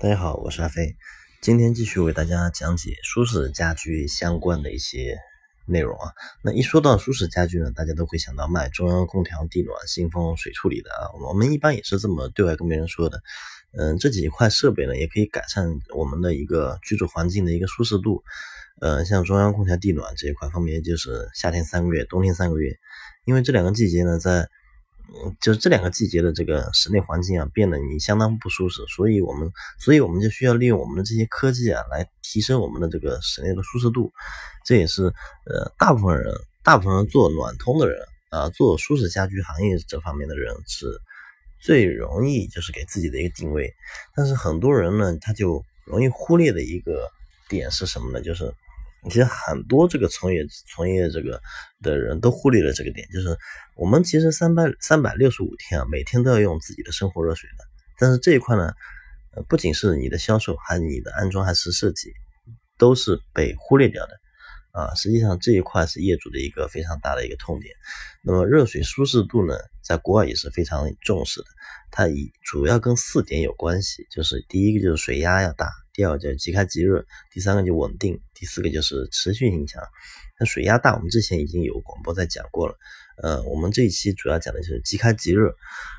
大家好，我是阿飞，今天继续为大家讲解舒适家居相关的一些内容啊。那一说到舒适家居呢，大家都会想到买中央空调、地暖、新风、水处理的啊。我们一般也是这么对外跟别人说的。这几块设备呢，也可以改善我们的一个居住环境的一个舒适度。像中央空调、地暖这一块，分别就是夏天3个月、冬天3个月，因为这两个季节呢，就是这两个季节的这个室内环境啊，变得你相当不舒适，所以我们就需要利用我们的这些科技啊，来提升我们的这个室内的舒适度。这也是大部分人做暖通的人啊，做舒适家居行业这方面的人是最容易就是给自己的一个定位。但是很多人呢，他就容易忽略的一个点是什么呢？就是其实很多这个从业这个的人都忽略了这个点，就是我们其实365天啊，每天都要用自己的生活热水的。但是这一块呢，不仅是你的销售，还有你的安装还是设计，都是被忽略掉的啊。实际上这一块是业主的一个非常大的一个痛点。那么热水舒适度呢，在国外也是非常重视的，它主要跟4点有关系，就是第一个就是水压要大，第二个就是即开即热，第三个就稳定，第四个就是持续性强。那水压大我们之前已经有广播在讲过了，我们这一期主要讲的就是即开即热。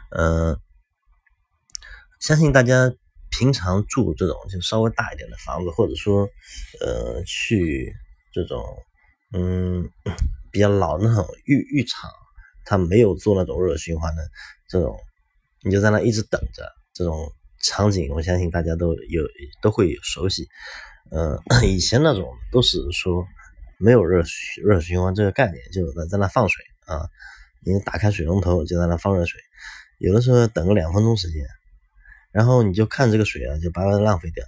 相信大家平常住这种就稍微大一点的房子，或者说去这种比较老的那种浴场，它没有做那种热循环的这种，你就在那一直等着，这种场景我相信大家都会有熟悉。以前那种都是说没有热循环这个概念，就在那放水啊，你打开水龙头就在那放热水，有的时候等个2分钟时间，然后你就看这个水啊就白白的浪费掉。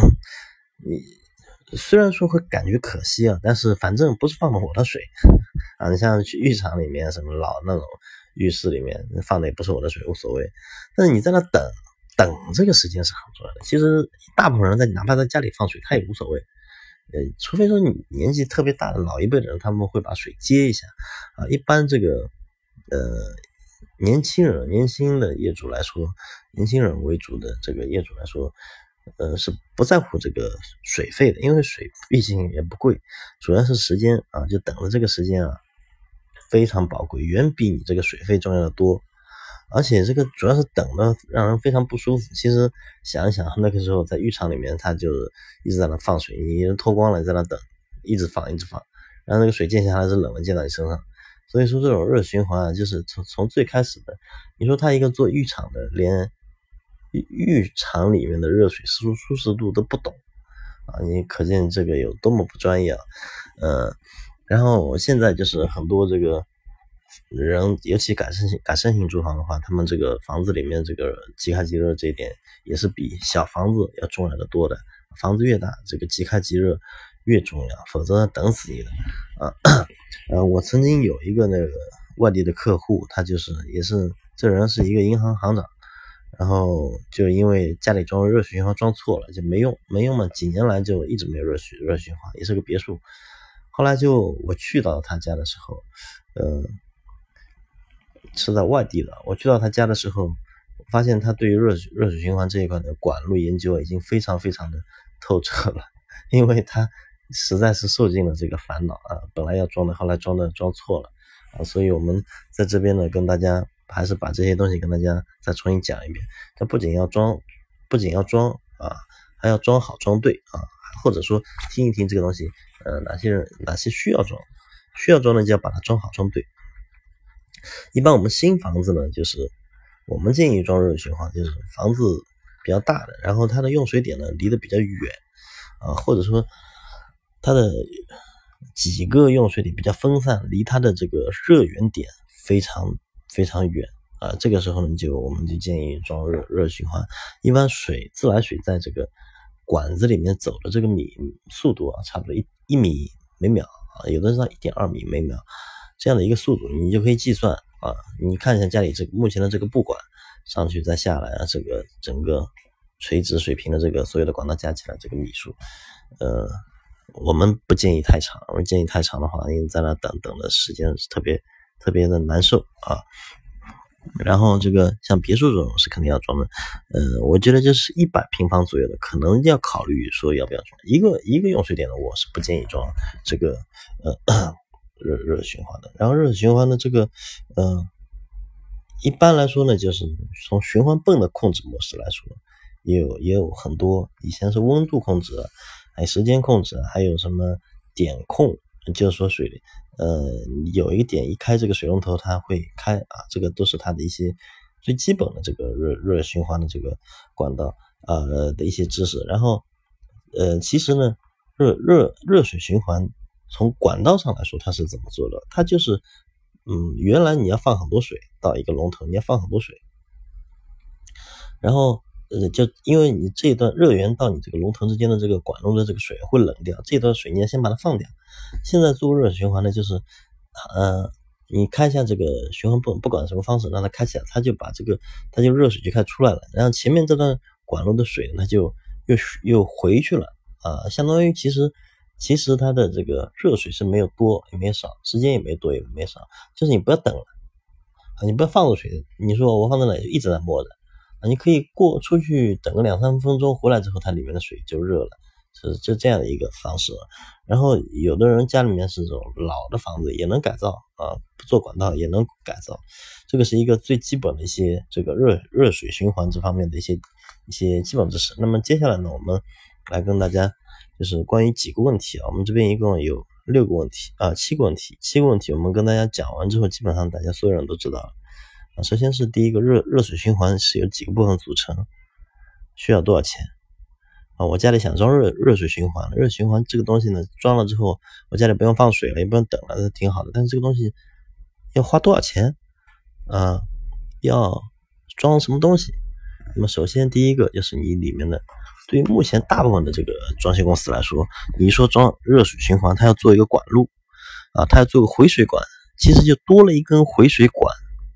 你虽然说会感觉可惜啊，但是反正不是放的我的水啊，你像去浴场里面什么老那种浴室里面放的也不是我的水，无所谓。但是你在那等这个时间是很重要的。其实大部分人哪怕在家里放水他也无所谓，除非说你年纪特别大的老一辈的人，他们会把水接一下啊。一般这个年轻的业主来说，年轻人为主的这个业主来说，是不在乎这个水费的，因为水毕竟也不贵，主要是时间啊，就等的这个时间啊非常宝贵，远比你这个水费重要的多。而且这个主要是等的让人非常不舒服。其实想一想，那个时候在浴场里面，他就一直在那放水，你脱光了在那等，一直放，然后那个水溅下来是冷的溅到你身上。所以说这种热循环啊，就是从最开始的，你说他一个做浴场的，连浴场里面的热水舒适度都不懂啊，你可见这个有多么不专业啊。然后现在就是很多这个人，尤其改善性住房的话，他们这个房子里面这个即开即热这一点也是比小房子要重要的多的。房子越大，这个即开即热越重要，否则等死你的啊。我曾经有一个那个外地的客户，他也是这人是一个银行行长，然后就因为家里装热水循环装错了，就没用嘛，几年来就一直没有热循环，也是个别墅。后来我去到他家的时候，是在外地的，我去到他家的时候，发现他对于热水循环这一块的管路研究已经非常非常的透彻了，因为他实在是受尽了这个烦恼啊，本来要装的，后来装错了啊。所以我们在这边呢，跟大家还是把这些东西跟大家再重新讲一遍。它不仅要装啊，还要装好装对啊，或者说听一听这个东西，哪些需要装的就要把它装好装对。一般我们新房子呢，就是我们建议装热循环，就是房子比较大的，然后它的用水点呢离得比较远啊，或者说它的几个用水点比较分散，离它的这个热源点非常非常远啊。这个时候呢，我们就建议装热循环。一般自来水在这个管子里面走的这个速度啊，差不多1米每秒啊，有的是到1.2米每秒。这样的一个速度，你就可以计算啊。你看一下家里目前的这个布管上去再下来啊，这个整个垂直水平的这个所有的管道加起来这个米数，我们不建议太长，我们建议太长的话，因为在那等的时间是特别的难受啊。 然后这个像别墅这种是肯定要装的，我觉得就是100平方左右的，可能要考虑说要不要装一个用水点的，我是不建议装这个热循环的。然后热循环的这个一般来说呢，就是从循环泵的控制模式来说，也有很多，以前是温度控制，还有时间控制，还有什么点控，就是说水有一个点一开这个水龙头它会开啊，这个都是它的一些最基本的这个热循环的这个管道的一些知识。然后其实呢热水循环从管道上来说它是怎么做的，它就是原来你要放很多水到一个龙头，你要放很多水，然后就因为你这一段热源到你这个龙头之间的这个管路的这个水会冷掉，这段水你要先把它放掉。现在做热循环呢，就是你开一下这个循环泵，不管什么方式让它开起来，它就热水就开始出来了，然后前面这段管路的水呢就又回去了啊，相当于其实它的这个热水是没有多也没有少，时间也没多也没少，就是你不要等了啊，你不要放入水，你说我放在那里就一直在摸着啊，你可以出去等个2-3分钟，回来之后它里面的水就热了，就这样的一个方式。然后有的人家里面是这种老的房子也能改造啊，不做管道也能改造，这个是一个最基本的一些这个热水循环这方面的一些基本知识。那么接下来呢，我们来跟大家就是关于几个问题啊，我们这边一共有7个问题，我们跟大家讲完之后，基本上大家所有人都知道了啊。首先是第一个热水循环是由几个部分组成，需要多少钱啊？我家里想装热水循环，热水循环这个东西呢，装了之后，我家里不用放水了，也不用等了，挺好的。但是这个东西要花多少钱啊？要装什么东西？那么首先第一个就是你里面的，对于目前大部分的这个装修公司来说，你说装热水循环，它要做一个管路啊，它要做个回水管，其实就多了一根回水管，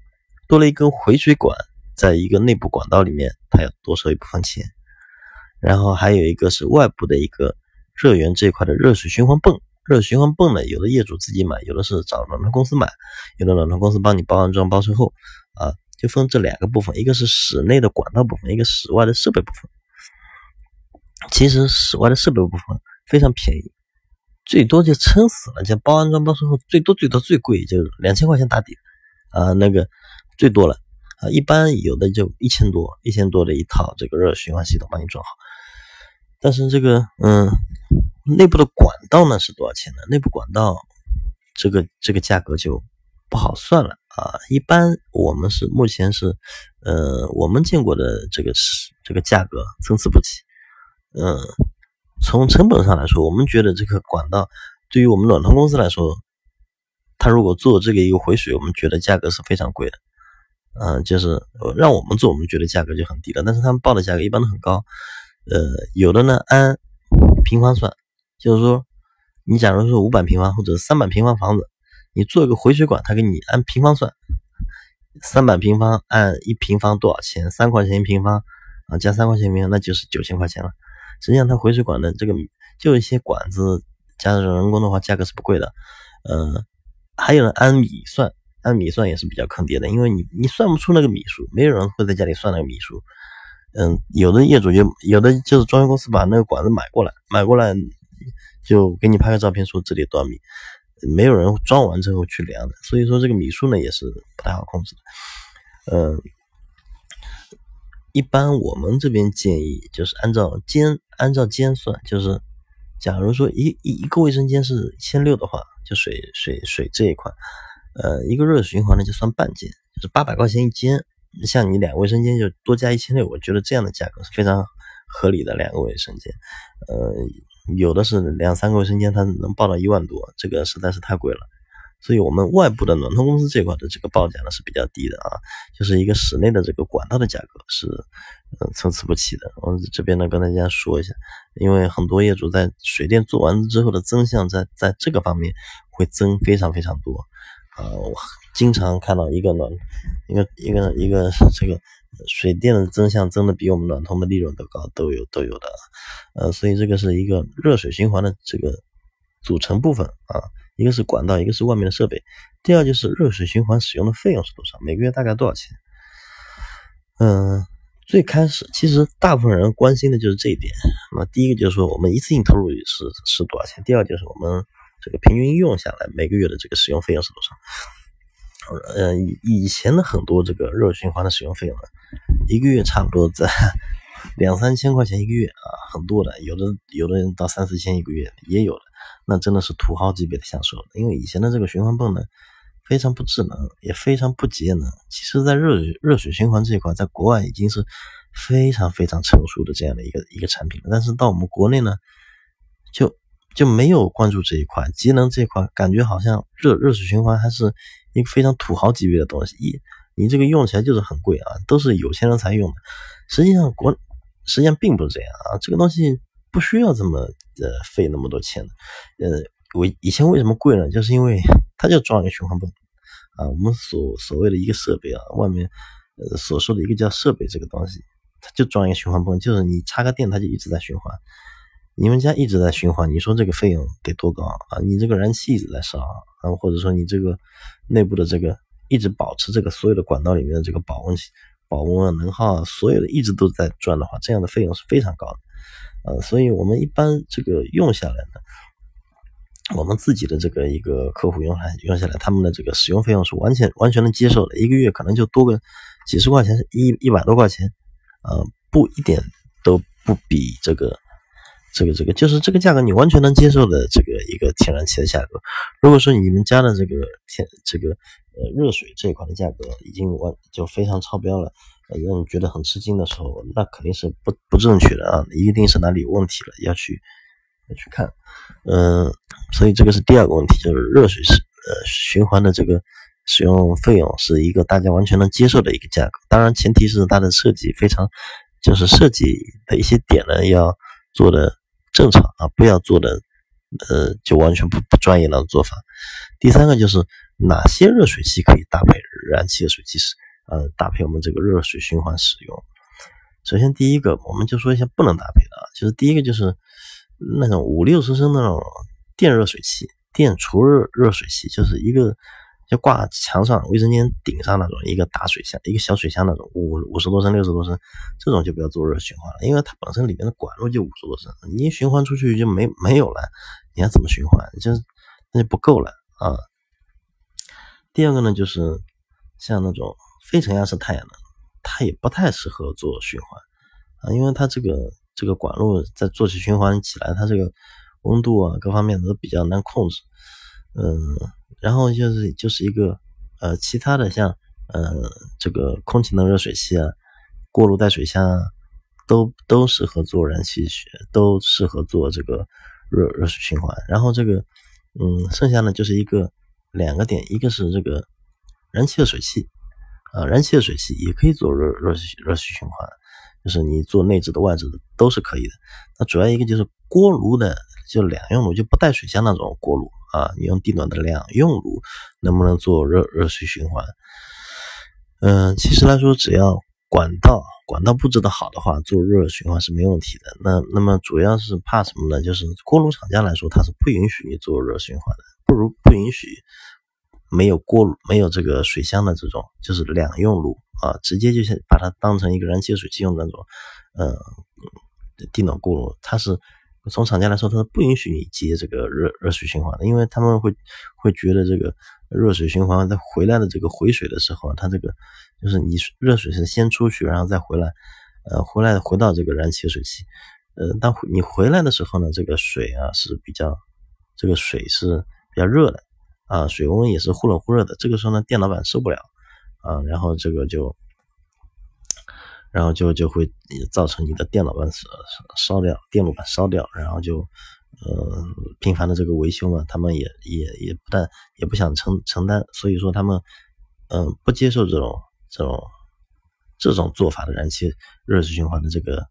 在一个内部管道里面，它要多收一部分钱。然后还有一个是外部的一个热源这一块的热水循环泵，热水循环泵呢，有的业主自己买，有的是找暖通公司买，有的暖通公司帮你包安装包售后啊，就分这2个部分，一个是室内的管道部分，一个室外的设备部分。其实室外的设备部分非常便宜，最多就撑死了，像包安装包售后最多最贵就2000块钱打底啊，那个最多了啊，一般有的就1000多的一套这个热循环系统帮你装好。但是这个内部的管道呢是多少钱呢？内部管道这个价格就不好算了啊。一般我们目前是我们见过的这个价格参差不齐。从成本上来说，我们觉得这个管道对于我们暖通公司来说，他如果做这个一个回水，我们觉得价格是非常贵的。就是让我们做，我们觉得价格就很低了，但是他们报的价格一般都很高。有的呢按平方算，就是说你假如说500平方或者300平方房子，你做一个回水管，他给你按平方算，300平方按1平方多少钱？3块钱一平方啊，加3块钱一平方，那就是9000块钱了。实际上它回水管的这个就一些管子加上人工的话，价格是不贵的。还有人按米算，也是比较坑爹的，因为你算不出那个米数，没有人会在家里算那个米数。有的业主有的就是装修公司把那个管子买过来就给你拍个照片说这里多少米，没有人装完之后去量的，所以说这个米数呢也是不太好控制的。一般我们这边建议就是按照间算，就是假如说一个卫生间是1600的话，就水这一块，一个热水循环呢就算半间，就是800块钱一间。像你2个卫生间就多加1600，我觉得这样的价格是非常合理的。2个卫生间，有的是2-3个卫生间它能报到1万多，这个实在是太贵了。所以我们外部的暖通公司这块的这个报价呢是比较低的啊，就是一个室内的这个管道的价格是参差不齐的。我这边呢跟大家说一下，因为很多业主在水电做完之后的增项在这个方面会增非常非常多我经常看到一个这个水电的增项增的比我们暖通的利润都高，都有的所以这个是一个热水循环的这个组成部分啊，一个是管道，一个是外面的设备。第二就是热水循环使用的费用是多少，每个月大概多少钱。 最开始其实大部分人关心的就是这一点。那么第一个就是说我们一次性投入是多少钱，第二就是我们这个平均用下来每个月的这个使用费用是多少。以前的很多这个热循环的使用费用呢，一个月差不多在2-3千块钱一个月啊，很多的，有的人到3-4千一个月也有的，那真的是土豪级别的享受。因为以前的这个循环泵呢，非常不智能，也非常不节能。其实在热水循环这一块，在国外已经是非常非常成熟的这样的一个产品了，但是到我们国内呢，就没有关注这一块，节能这一块感觉好像热水循环还是一个非常土豪级别的东西，你这个用起来就是很贵啊，都是有钱人才用的。实际上并不是这样啊，这个东西不需要这么费那么多钱的。我以前为什么贵呢？就是因为它就装一个循环泵啊，我们所谓的一个设备啊，外面所说的一个叫设备这个东西，它就装一个循环泵，就是你插个电它就一直在循环。你们家一直在循环，你说这个费用得多高啊？你这个燃气一直在烧啊，或者说你这个内部的这个一直保持这个所有的管道里面的这个保温啊、能耗啊，所有的一直都在转的话，这样的费用是非常高的。所以我们一般这个用下来呢，我们自己的这个一个客户用下来，他们的这个使用费用是完全能接受的，一个月可能就多个几十块钱，100多块钱，不一点都不比这个就是这个价格你完全能接受的这个一个天然气的价格。如果说你们家的这个热水这一块的价格已经就非常超标了，让你觉得很吃惊的时候，那肯定是不正确的啊，一定是哪里有问题了，要去看。所以这个是第二个问题，就是热水循环的这个使用费用是一个大家完全能接受的一个价格。当然前提是它的设计就是设计的一些点呢要做的正常啊，不要做的就完全不专业的做法。第三个就是哪些热水器可以搭配燃气的水器搭配我们这个热水循环使用。首先第一个我们就说一下不能搭配的啊，就是第一个就是那种50-60升那种电热水器、电除热水器，就是一个就挂墙上卫生间顶上那种一个大水箱，一个小水箱那种50多升、60多升，这种就不要做热循环了，因为它本身里面的管路就50多升，你一循环出去就没有了，你要怎么循环？那就不够了啊。第二个呢，就是像那种非承压式太阳能，它也不太适合做循环啊，因为它这个管路在做起循环起来，它这个温度啊各方面都比较难控制。然后就是一个其他的像这个空气能热水器啊、锅炉带水箱啊，都适合做燃气，都适合做这个热水循环。然后这个剩下呢就是两个点，一个是这个燃气热水器燃气热水器也可以做热水循环，就是你做内置的外置的都是可以的。那主要一个就是锅炉的，就两用炉，就不带水箱那种锅炉啊，你用地暖的两用炉能不能做热水循环？其实来说，只要管道布置的好的话，做热循环是没问题的。那么主要是怕什么呢？就是锅炉厂家来说，它是不允许你做热循环的，不允许没有锅炉、没有这个水箱的这种，就是两用炉啊，直接就把它当成一个燃气热水器用的那种地暖锅炉，它是从厂家来说，它是不允许你接这个热水循环的，因为他们会觉得这个热水循环在回来的这个回水的时候，它这个就是你热水是先出去，然后再回来，回到这个燃气热水器，当你回来的时候呢，这个水啊是比较热的啊，水温也是忽冷忽热的，这个时候呢，电脑板受不了啊，然后这个就会造成你的电脑板烧掉，电路板烧掉，然后就频繁的这个维修嘛，他们也不想承担，所以说他们不接受这种做法的燃气热水循环的这个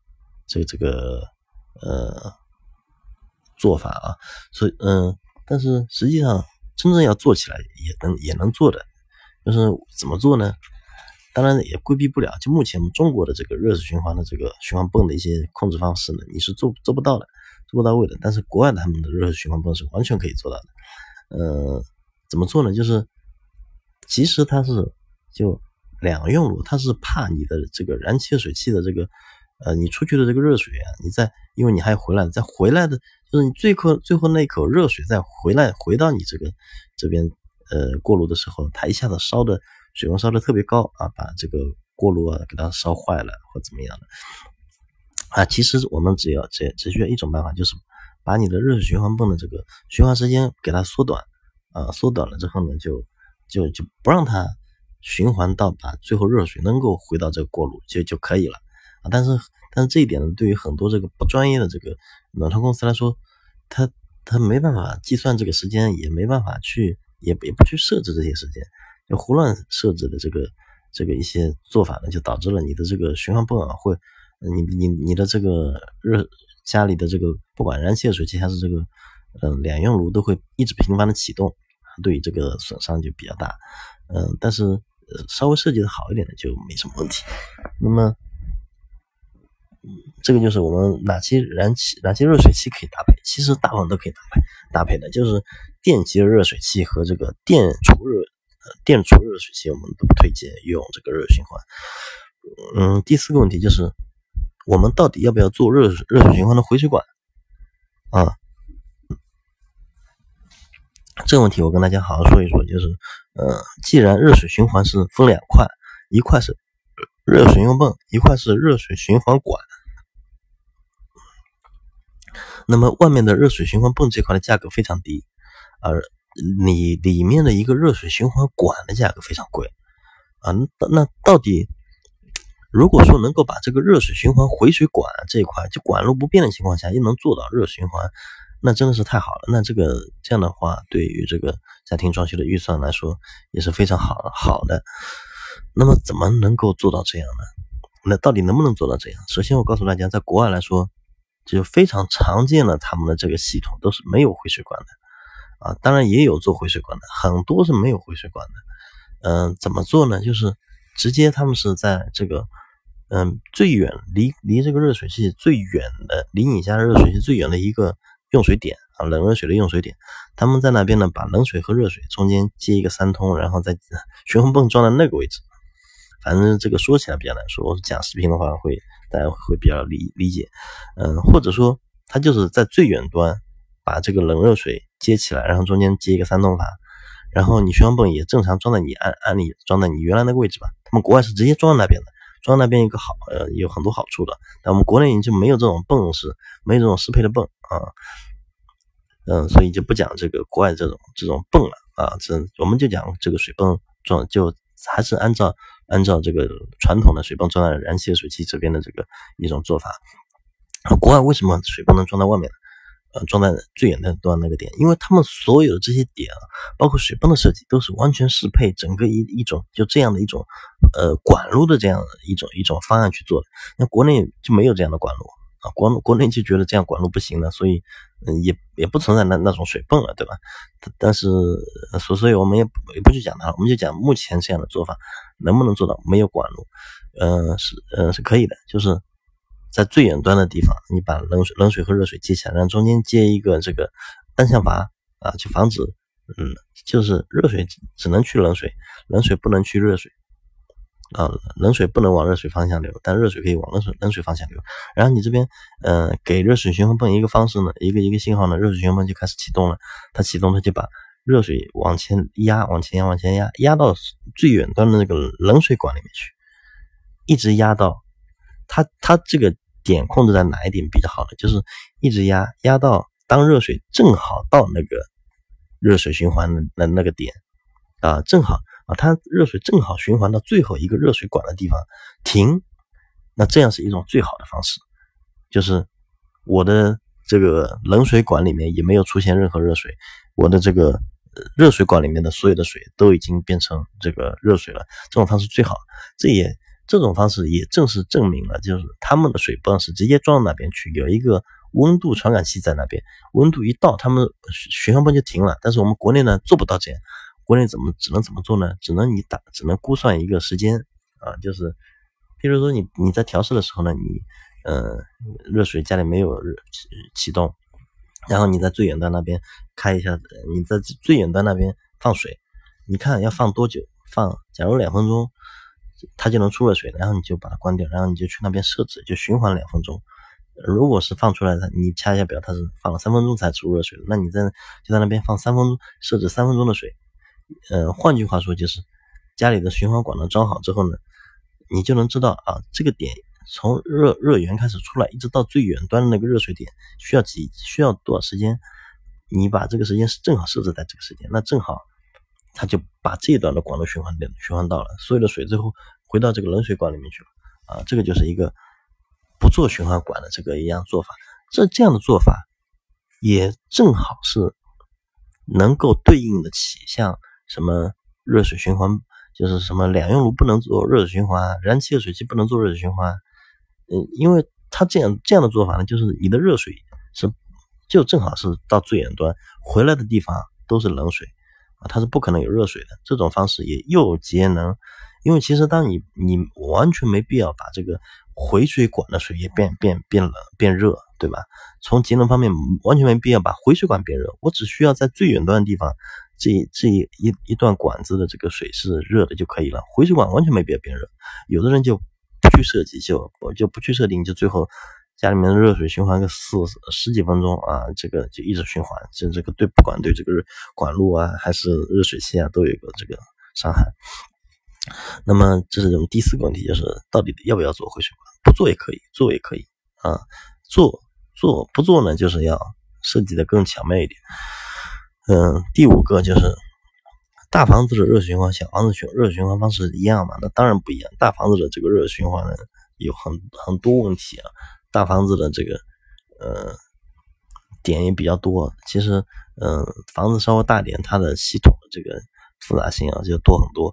做法啊，所以但是实际上真正要做起来也能做的，就是怎么做呢？当然也规避不了，就目前我们中国的这个热水循环的这个循环泵的一些控制方式呢，你是做不到的，做不到位的。但是国外的他们的热水循环泵是完全可以做到的。怎么做呢？就是其实它是就两用炉它是怕你的这个燃气热水器的这个你出去的这个热水啊，因为你还回来再回来的，就是你最后那一口热水再回到你这边锅炉的时候，它一下子水温烧的特别高啊，把这个锅炉啊给它烧坏了或怎么样的啊。其实我们只需要一种办法，就是把你的热水循环泵的这个循环时间给它缩短啊，缩短了之后呢，就不让它循环到把最后热水能够回到这个锅炉就可以了啊。但是这一点呢，对于很多这个不专业的这个暖通公司来说，他没办法计算这个时间，也没办法也不去设置这些时间，就胡乱设置的这个一些做法呢，就导致了你的这个循环泵啊会你的这个家里的这个不管燃气热水器还是这个两用炉都会一直频繁的启动，对于这个损伤就比较大。但是稍微设计的好一点的就没什么问题。那么这个就是我们哪些热水器可以搭配，其实大部分都可以搭配的，就是电极热水器和这个电除热水器我们都不推荐用这个热循环。第四个问题就是我们到底要不要做热水循环的回水管啊？这个问题我跟大家好好说一说，就是既然热水循环是分两块，一块是热水循环泵，一块是热水循环管。那么外面的热水循环泵这块的价格非常低，而你里面的一个热水循环管的价格非常贵啊。那到底如果说能够把这个热水循环回水管这一块就管路不变的情况下又能做到热循环，那真的是太好了。那这样的话对于这个家庭装修的预算来说也是非常好的。那么怎么能够做到这样呢？那到底能不能做到这样？首先我告诉大家，在国外来说就非常常见的他们的这个系统都是没有回水管的啊，当然也有做回水管的，很多是没有回水管的。怎么做呢？就是直接他们是在这个最远离这个热水器最远的，离你家热水器最远的一个用水点啊，冷热水的用水点，他们在那边呢把冷水和热水中间接一个3通，然后再循环泵装在那个位置。反正这个说起来比较难说，我讲视频的话大家会比较理解。或者说它就是在最远端把这个冷热水接起来，然后中间接一个3通阀，然后你循环泵也正常装在你按理装在你原来那个位置吧。他们国外是直接装在那边的，装在那边一个有很多好处的，但我们国内就没有这种没有这种适配的泵啊。所以就不讲这个国外这种泵了啊，我们就讲这个水泵装，就还是按照这个传统的水泵装在燃气热水器这边的这个一种做法。国外为什么水泵能装在外面呢？装在最远端那个点，因为他们所有的这些点啊，包括水泵的设计都是完全适配整个一种就这样的一种管路的这样的一种方案去做的。那国内就没有这样的管路啊，国内就觉得这样管路不行了，所以也不存在那种水泵了，对吧？但是所以我们也不去讲它，我们就讲目前这样的做法能不能做到没有管路。是可以的，就是在最远端的地方，你把冷水和热水接起来，然后中间接一个这个单向阀啊，就防止就是热水只能去冷水，冷水不能去热水啊，冷水不能往热水方向流，但热水可以往冷水方向流。然后你这边给热水循环泵一个方式呢，一个信号呢，热水循环泵就开始启动了，它启动它就把热水往前压到最远端的那个冷水管里面去，一直压到它这个点控制在哪一点比较好呢？就是一直压到当热水正好到那个热水循环的那个点啊，正好啊，它热水正好循环到最后一个热水管的地方停。那这样是一种最好的方式，就是我的这个冷水管里面也没有出现任何热水，我的这个热水管里面的所有的水都已经变成这个热水了，这种方式最好。这种方式也正是证明了，就是他们的水泵是直接装到那边去，有一个温度传感器在那边，温度一到，他们循环泵就停了。但是我们国内呢做不到这样，国内只能怎么做呢？只能估算一个时间啊，就是譬如说你在调试的时候呢，你热水家里没有启动，然后你在最远端那边开一下，你在最远端那边放水，你看要放多久？假如2分钟。 它就能出热水，然后你就把它关掉，然后你就去那边设置，就循环2分钟。如果是放出来的，你掐一下表，它是放了3分钟才出热水的，那你就在那边放3分钟，设置3分钟的水。换句话说就是家里的循环管道装好之后呢，你就能知道啊，这个点从热源开始出来，一直到最远端的那个热水点需要多少时间，你把这个时间正好设置在这个时间，那正好它就把这一段的管路循环到了，所有的水最后回到这个冷水管里面去了啊，这个就是一个不做循环管的这个一样做法。这样的做法也正好是能够对应的起像什么热水循环，就是什么2用炉不能做热水循环，燃气热水器不能做热水循环。因为它这样的做法呢，就是你的热水就正好是到最远端回来的地方都是冷水啊，它是不可能有热水的。这种方式也又节能，因为其实当你完全没必要把这个回水管的水也变冷变热，对吧？从节能方面完全没必要把回水管变热，我只需要在最远端的地方这一段管子的这个水是热的就可以了，回水管完全没必要变热。有的人就不去设计，就不去设定，就最后家里面的热水循环个十几分钟啊，这个就一直循环，这个不管对这个管路啊还是热水器啊都有一个这个伤害。那么这是我们第4个问题，就是到底要不要做回水管？不做也可以，做也可以啊。不做呢，就是要设计的更巧妙一点。第5个就是大房子的热循环，小房子热循环方式一样嘛？那当然不一样。大房子的这个热循环呢有很多问题啊。大房子的这个点也比较多，其实房子稍微大点，它的系统的这个复杂性啊就多很多。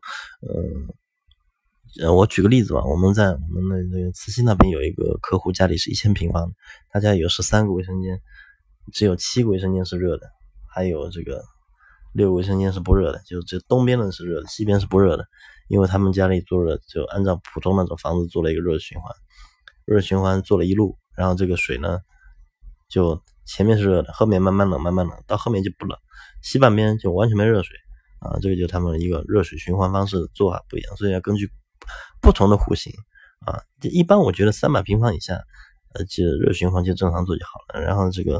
我举个例子吧，我们的那个慈溪那边有一个客户，家里是1000平方，他家有13个卫生间，只有7个卫生间是热的，还有这个6个卫生间是不热的，就这东边的是热的，西边是不热的。因为他们家里做了，就按照普通那种房子做了一个热循环做了一路，然后这个水呢就前面是热的，后面慢慢冷，到后面就不冷，西半边就完全没热水啊。这个就是他们的一个热水循环方式的做法不一样，所以要根据不同的户型啊。一般我觉得300平方以下其实热循环就正常做就好了，然后这个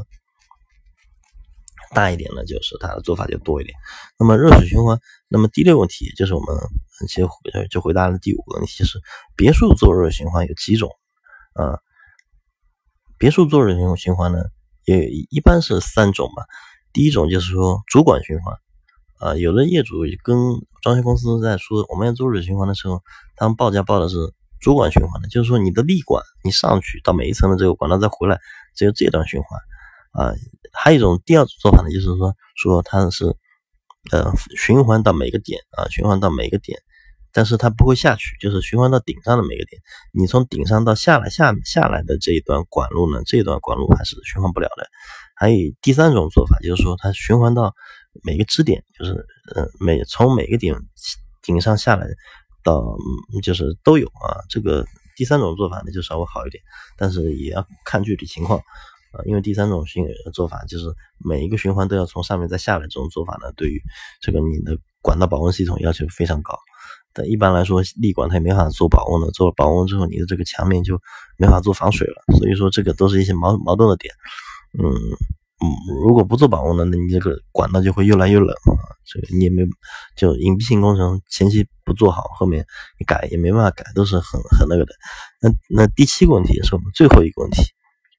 大一点呢，就是它的做法就多一点。那么热水循环，那么第6个问题就是我们其实就回答了第5个问题，就是别墅做热水循环有几种啊？别墅做热水循环呢，也一般是3种吧。第一种就是说主管循环啊，有的业主跟装修公司在说我们要做热水循环的时候，他们报价报的是主管循环的，就是说你的立管你上去到每一层的这个管道再回来，只有这段循环啊。还有一种第2种做法呢，就是说它是循环到每个点啊，循环到每个点，但是它不会下去，就是循环到顶上的每个点。你从顶上到下来的这一段管路呢，这一段管路还是循环不了的。还有第3种做法，就是说它循环到每个支点，就是从每个点顶上下来到就是都有啊。这个第3种做法呢就稍微好一点，但是也要看具体情况啊。因为第3种做法就是每一个循环都要从上面再下来，这种做法呢对于这个你的管道保温系统要求非常高。但一般来说立管它也没法做保温的，做了保温之后你的这个墙面就没法做防水了，所以说这个都是一些矛盾的点。如果不做保温呢，那你这个管道就会越来越冷啊。这个你也没就隐蔽性工程前期不做好，后面你改也没办法改，都是很那个的。那第7个问题也是我们最后一个问题，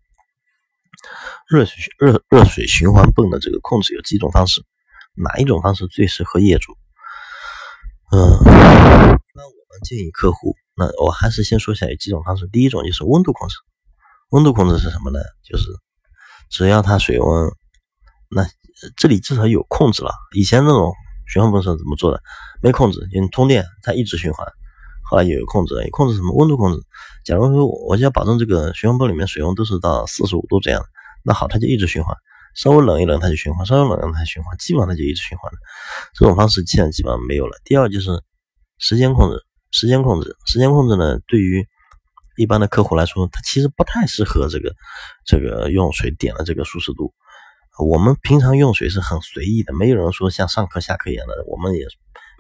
热水循环泵的这个控制有几种方式，哪一种方式最适合业主？那我们建议客户，那我还是先说一下有几种方式。第一种就是温度控制。温度控制是什么呢？就是只要它水温，那这里至少有控制了。以前那种循环泵是怎么做的？没控制，就通电它一直循环。后来也有控制，也控制什么温度控制。假如说我就要保证这个循环泵里面水温都是到45度这样的，那好，它就一直循环。稍微冷一冷它就循环，稍微冷一冷它就循环，基本上它就一直循环的。这种方式现在基本上没有了。第2就是时间控制。时间控制呢，对于一般的客户来说，它其实不太适合这个用水点了这个舒适度。我们平常用水是很随意的，没有人说像上课下课一样的，我们也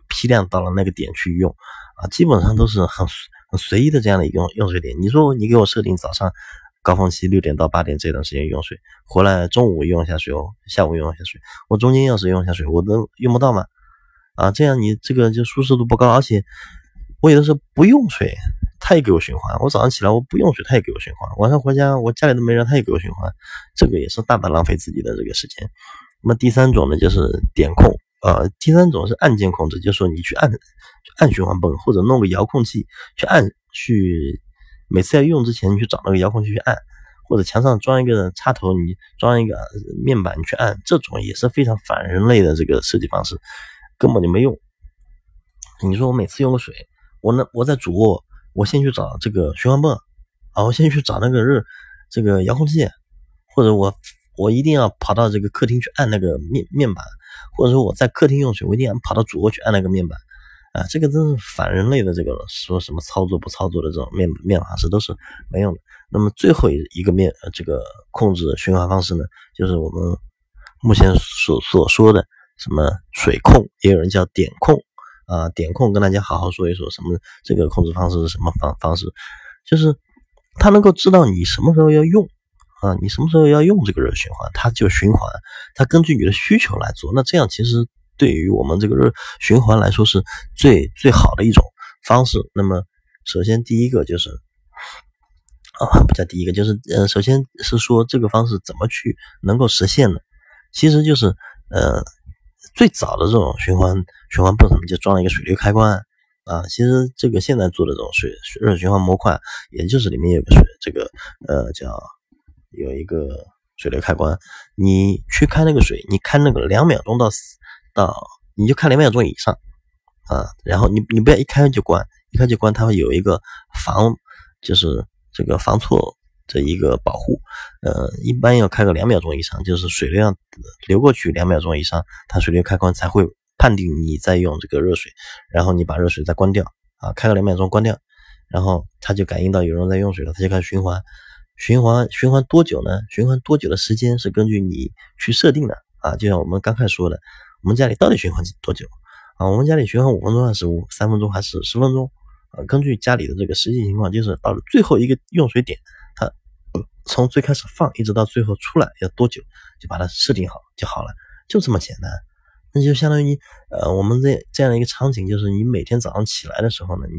批量到了那个点去用啊，基本上都是很随意的这样的一个用水点。你说你给我设定早上高峰期6点到8点这段时间用水，回来中午用一下水下午用一下水，我中间要是用一下水，我都用不到吗？啊，这样你这个就舒适度不高，而且我有的时候不用水，它也给我循环。我早上起来我不用水，它也给我循环。晚上回家我家里都没人，它也给我循环。这个也是大大浪费自己的这个时间。那么第三种呢，就是点控。第三种是按键控制，就是说你去按循环泵，或者弄个遥控器去每次要用之前你去找那个遥控器去按，或者墙上装一个插头，你装一个面板你去按，这种也是非常反人类的这个设计方式，根本就没用。你说我每次用个水，我在主卧，我先去找这个循环泵啊，我先去找那个这个遥控器，或者我一定要跑到这个客厅去按那个面板，或者说我在客厅用水，我一定要跑到主卧去按那个面板啊，这个真是反人类的这个说什么操作不操作的这种面方式都是没用的。那么最后一个这个控制循环方式呢，就是我们目前所说的什么水控，也有人叫点控啊，点控跟大家好好说一说什么这个控制方式是什么方式，就是它能够知道你什么时候要用啊，你什么时候要用这个热循环，它就循环，它根据你的需求来做。那这样其实对于我们这个热循环来说是最好的一种方式。那么首先第一个就是不叫第一个，就是首先是说这个方式怎么去能够实现呢？其实就是最早的这种循环泵上面就装了一个水流开关啊。其实这个现在做的这种热循环模块，也就是里面有个有一个水流开关，你去开那个水，你开那个2秒钟到你就开2秒钟以上啊，然后你不要一开就关，它会有一个就是这个防错的一个保护，一般要开个2秒钟以上，就是水流流过去2秒钟以上，它水流开关才会判定你在用这个热水，然后你把热水再关掉啊，开个2秒钟关掉，然后它就感应到有人在用水了，它就开始循环多久呢？循环多久的时间是根据你去设定的啊，就像我们刚开始说的，我们家里到底循环多久啊？我们家里循环5分钟还是3分钟还是10分钟啊？根据家里的这个实际情况，就是到了最后一个用水点，它从最开始放一直到最后出来要多久，就把它设定好就好了，就这么简单。那就相当于我们这样的一个场景，就是你每天早上起来的时候呢，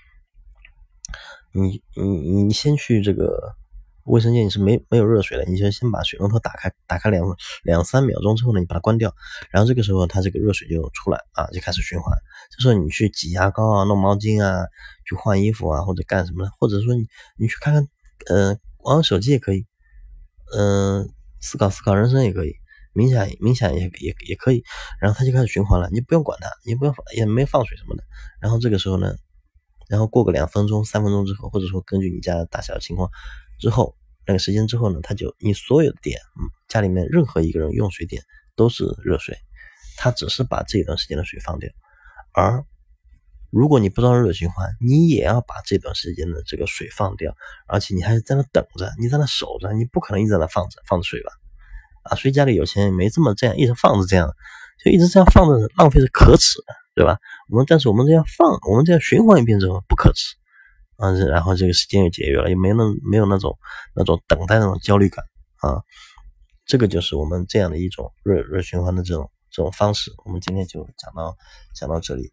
你先去这个卫生间，你是没有热水的，你就先把水龙头打开2-3秒钟之后呢，你把它关掉，然后这个时候它这个热水就出来啊，就开始循环。这时候你去挤牙膏啊、弄毛巾啊、去换衣服啊，或者干什么的，或者说你去看看玩玩手机也可以，思考人生也可以，冥想也可以，然后它就开始循环了，你不用管它，也没放水什么的。然后这个时候呢，然后过个2分钟、3分钟之后，或者说根据你家大小的情况之后，那个时间之后呢，你所有的点，家里面任何一个人用水点都是热水，它只是把这段时间的水放掉。而如果你不装热循环，你也要把这段时间的这个水放掉，而且你还在那等着，你在那守着，你不可能一直在那放着水吧？啊，所以家里有钱也没这么这样一直放着这样，就一直这样放着，浪费是可耻的，对吧？但是我们这样循环一遍之后不可耻啊，然后这个时间也节约了，也没有那种等待那种焦虑感啊。这个就是我们这样的一种热循环的这种方式。我们今天就讲到这里。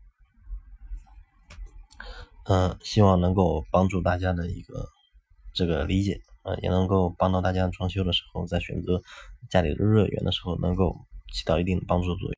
希望能够帮助大家的一个这个理解，也能够帮到大家装修的时候，在选择家里的热源的时候，能够起到一定的帮助作用。